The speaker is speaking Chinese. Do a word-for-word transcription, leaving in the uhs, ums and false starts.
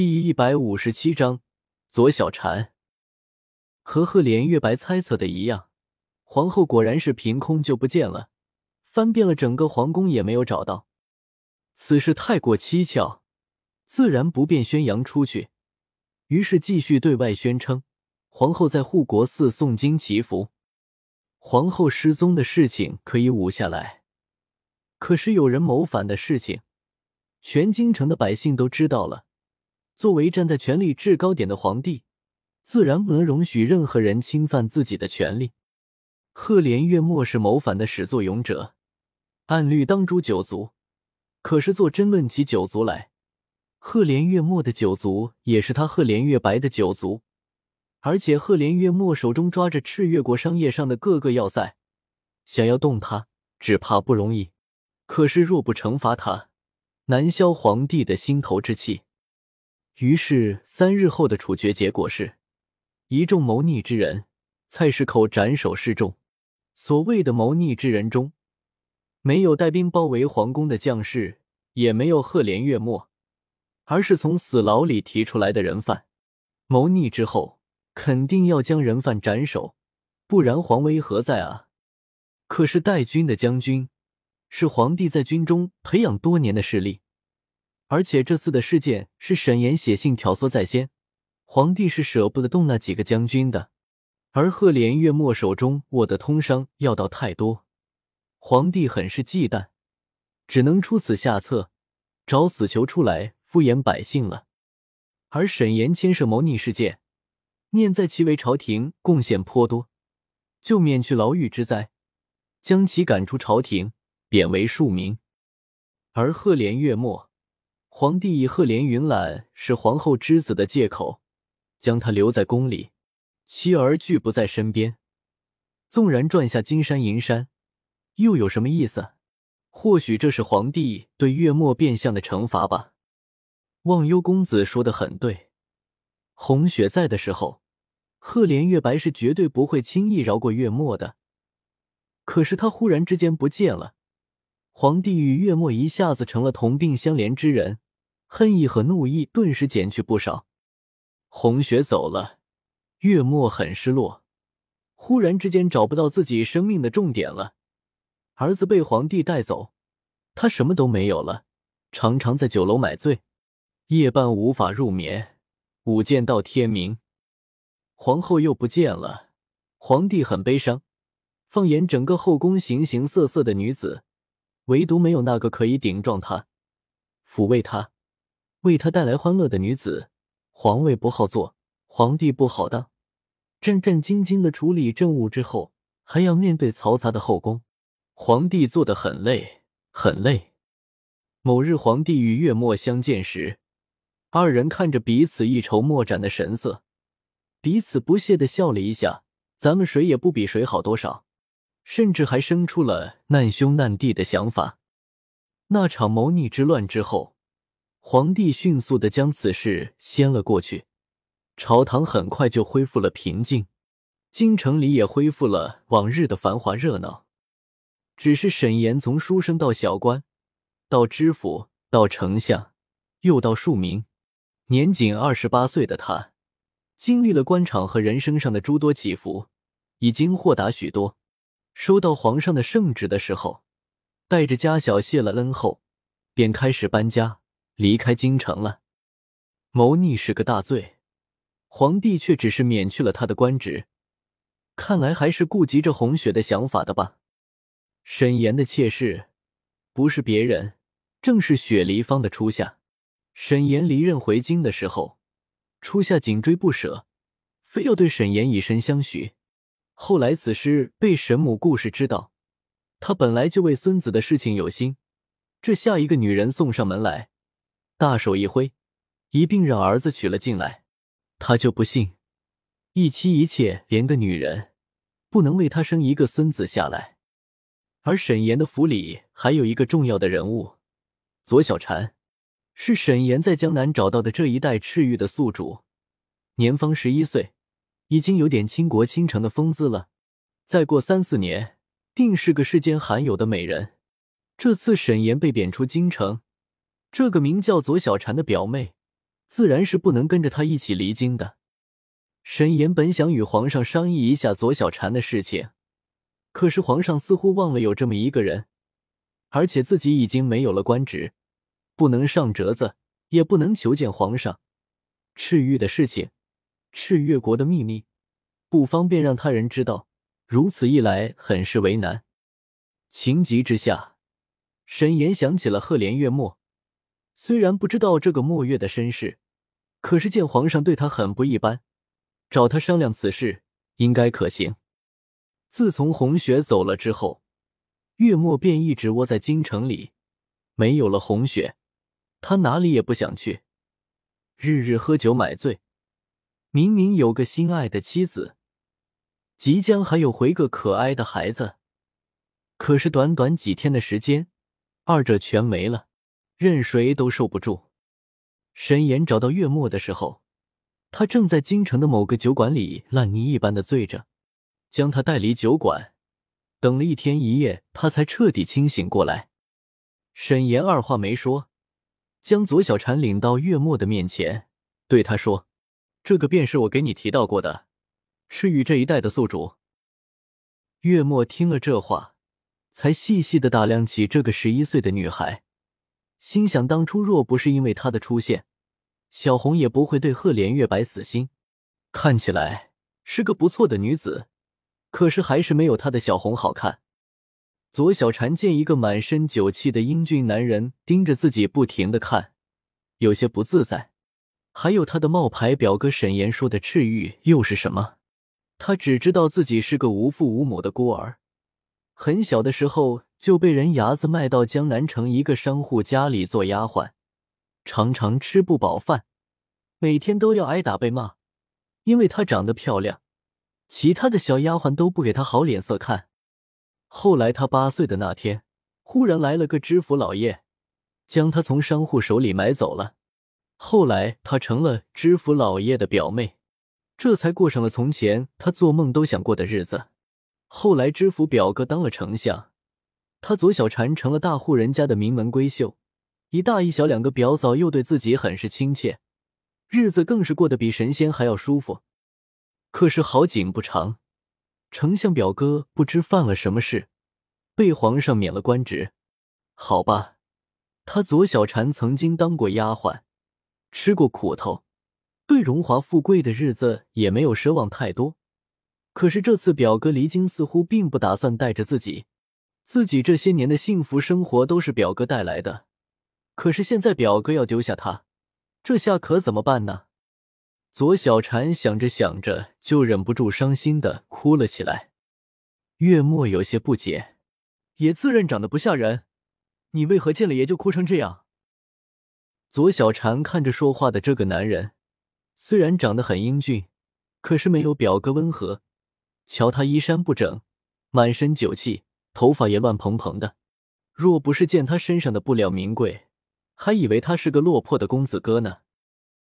第一百五十七章左小禅。和赫连月白猜测的一样，皇后果然是凭空就不见了，翻遍了整个皇宫也没有找到。此事太过蹊跷，自然不便宣扬出去，于是继续对外宣称皇后在护国寺诵经祈福。皇后失踪的事情可以捂下来，可是有人谋反的事情，全京城的百姓都知道了。作为站在权力制高点的皇帝，自然不能容许任何人侵犯自己的权利。赫连月末是谋反的始作俑者，按律当诛九族，可是做真论起九族来，赫连月末的九族也是他赫连月白的九族，而且赫连月末手中抓着赤月国商业上的各个要塞，想要动他只怕不容易。可是若不惩罚他，难消皇帝的心头之气。于是三日后的处决结果是，一众谋逆之人，蔡氏口斩首示众。所谓的谋逆之人中，没有带兵包围皇宫的将士，也没有赫连月末，而是从死牢里提出来的人犯。谋逆之后，肯定要将人犯斩首，不然皇威何在啊？可是带军的将军，是皇帝在军中培养多年的势力。而且这次的事件是沈岩写信挑唆在先，皇帝是舍不得动那几个将军的。而赫连月末手中握的通商要道太多，皇帝很是忌惮，只能出此下策，找死囚出来敷衍百姓了。而沈岩牵涉谋逆事件，念在其为朝廷贡献颇多，就免去牢狱之灾，将其赶出朝廷，贬为庶民。而赫连月末，皇帝以赫连云览是皇后之子的借口，将他留在宫里，妻儿俱不在身边。纵然赚下金山银山，又有什么意思？或许这是皇帝对月末变相的惩罚吧。忘忧公子说得很对，红雪在的时候，赫连月白是绝对不会轻易饶过月末的。可是他忽然之间不见了，皇帝与月末一下子成了同病相怜之人，恨意和怒意顿时减去不少。红雪走了，月末很失落，忽然之间找不到自己生命的重点了。儿子被皇帝带走，他什么都没有了，常常在酒楼买醉，夜半无法入眠，舞剑到天明。皇后又不见了，皇帝很悲伤。放眼整个后宫形形色色的女子，唯独没有那个可以顶撞他、抚慰他、为他带来欢乐的女子。皇位不好做，皇帝不好当，战战兢兢地处理政务之后，还要面对嘈杂的后宫，皇帝做得很累很累。某日皇帝与月末相见时，二人看着彼此一筹莫展的神色，彼此不屑地笑了一下，咱们谁也不比谁好多少，甚至还生出了难兄难弟的想法。那场谋逆之乱之后，皇帝迅速地将此事掀了过去，朝堂很快就恢复了平静，京城里也恢复了往日的繁华热闹。只是沈岩从书生到小官，到知府，到丞相，又到庶民，年仅二十八岁的他，经历了官场和人生上的诸多起伏，已经豁达许多。收到皇上的圣旨的时候，带着家小谢了恩后，便开始搬家离开京城了。谋逆是个大罪，皇帝却只是免去了他的官职，看来还是顾及着红雪的想法的吧。沈岩的妾室不是别人，正是雪梨芳的初夏。沈岩离任回京的时候，初夏紧追不舍，非要对沈岩以身相许。后来此事被沈母顾氏知道，他本来就为孙子的事情有心，这下一个女人送上门来，大手一挥，一并让儿子娶了进来。他就不信一妻一妾连个女人不能为他生一个孙子下来。而沈岩的府里还有一个重要的人物，左小禅，是沈岩在江南找到的这一代赤玉的宿主，年方十一岁，已经有点倾国倾城的风姿了，再过三四年定是个世间罕有的美人。这次沈岩被贬出京城，这个名叫左小禅的表妹自然是不能跟着他一起离京的。沈岩本想与皇上商议一下左小禅的事情，可是皇上似乎忘了有这么一个人，而且自己已经没有了官职，不能上折子，也不能求见皇上。赤玉的事情，赤月国的秘密，不方便让他人知道，如此一来很是为难。情急之下，沈岩想起了赫连月墨，虽然不知道这个墨月的身世，可是见皇上对他很不一般，找他商量此事应该可行。自从红雪走了之后，月墨便一直窝在京城里，没有了红雪，他哪里也不想去，日日喝酒买醉，明明有个心爱的妻子，即将还有回个可爱的孩子，可是短短几天的时间，二者全没了，任谁都受不住。沈岩找到月墨的时候，他正在京城的某个酒馆里烂泥一般的醉着，将他带离酒馆，等了一天一夜，他才彻底清醒过来。沈岩二话没说，将左小禅领到月墨的面前，对他说：“这个便是我给你提到过的赤玉这一带的宿主。”月墨听了这话，才细细地打量起这个十一岁的女孩，心想当初若不是因为她的出现，小红也不会对赫连月白死心。看起来是个不错的女子，可是还是没有她的小红好看。左小禅见一个满身酒气的英俊男人盯着自己不停地看，有些不自在。还有他的冒牌表哥沈岩说的赤玉又是什么？他只知道自己是个无父无母的孤儿，很小的时候就被人伢子卖到江南城一个商户家里做丫鬟，常常吃不饱饭，每天都要挨打被骂。因为她长得漂亮，其他的小丫鬟都不给她好脸色看。后来他八岁的那天，忽然来了个知府老爷，将他从商户手里买走了。后来他成了知府老爷的表妹，这才过上了从前他做梦都想过的日子。后来知府表哥当了丞相，他左小禅成了大户人家的名门闺秀，一大一小两个表嫂又对自己很是亲切，日子更是过得比神仙还要舒服。可是好景不长，丞相表哥不知犯了什么事，被皇上免了官职。好吧，他左小禅曾经当过丫鬟，吃过苦头，对荣华富贵的日子也没有奢望太多。可是这次表哥离京似乎并不打算带着自己，自己这些年的幸福生活都是表哥带来的，可是现在表哥要丢下他，这下可怎么办呢？左小禅想着想着，就忍不住伤心地哭了起来。月墨有些不解，爷自认长得不吓人，你为何见了爷就哭成这样？左小禅看着说话的这个男人，虽然长得很英俊，可是没有表哥温和。瞧他衣衫不整，满身酒气，头发也乱蓬蓬的，若不是见他身上的布料名贵，还以为他是个落魄的公子哥呢。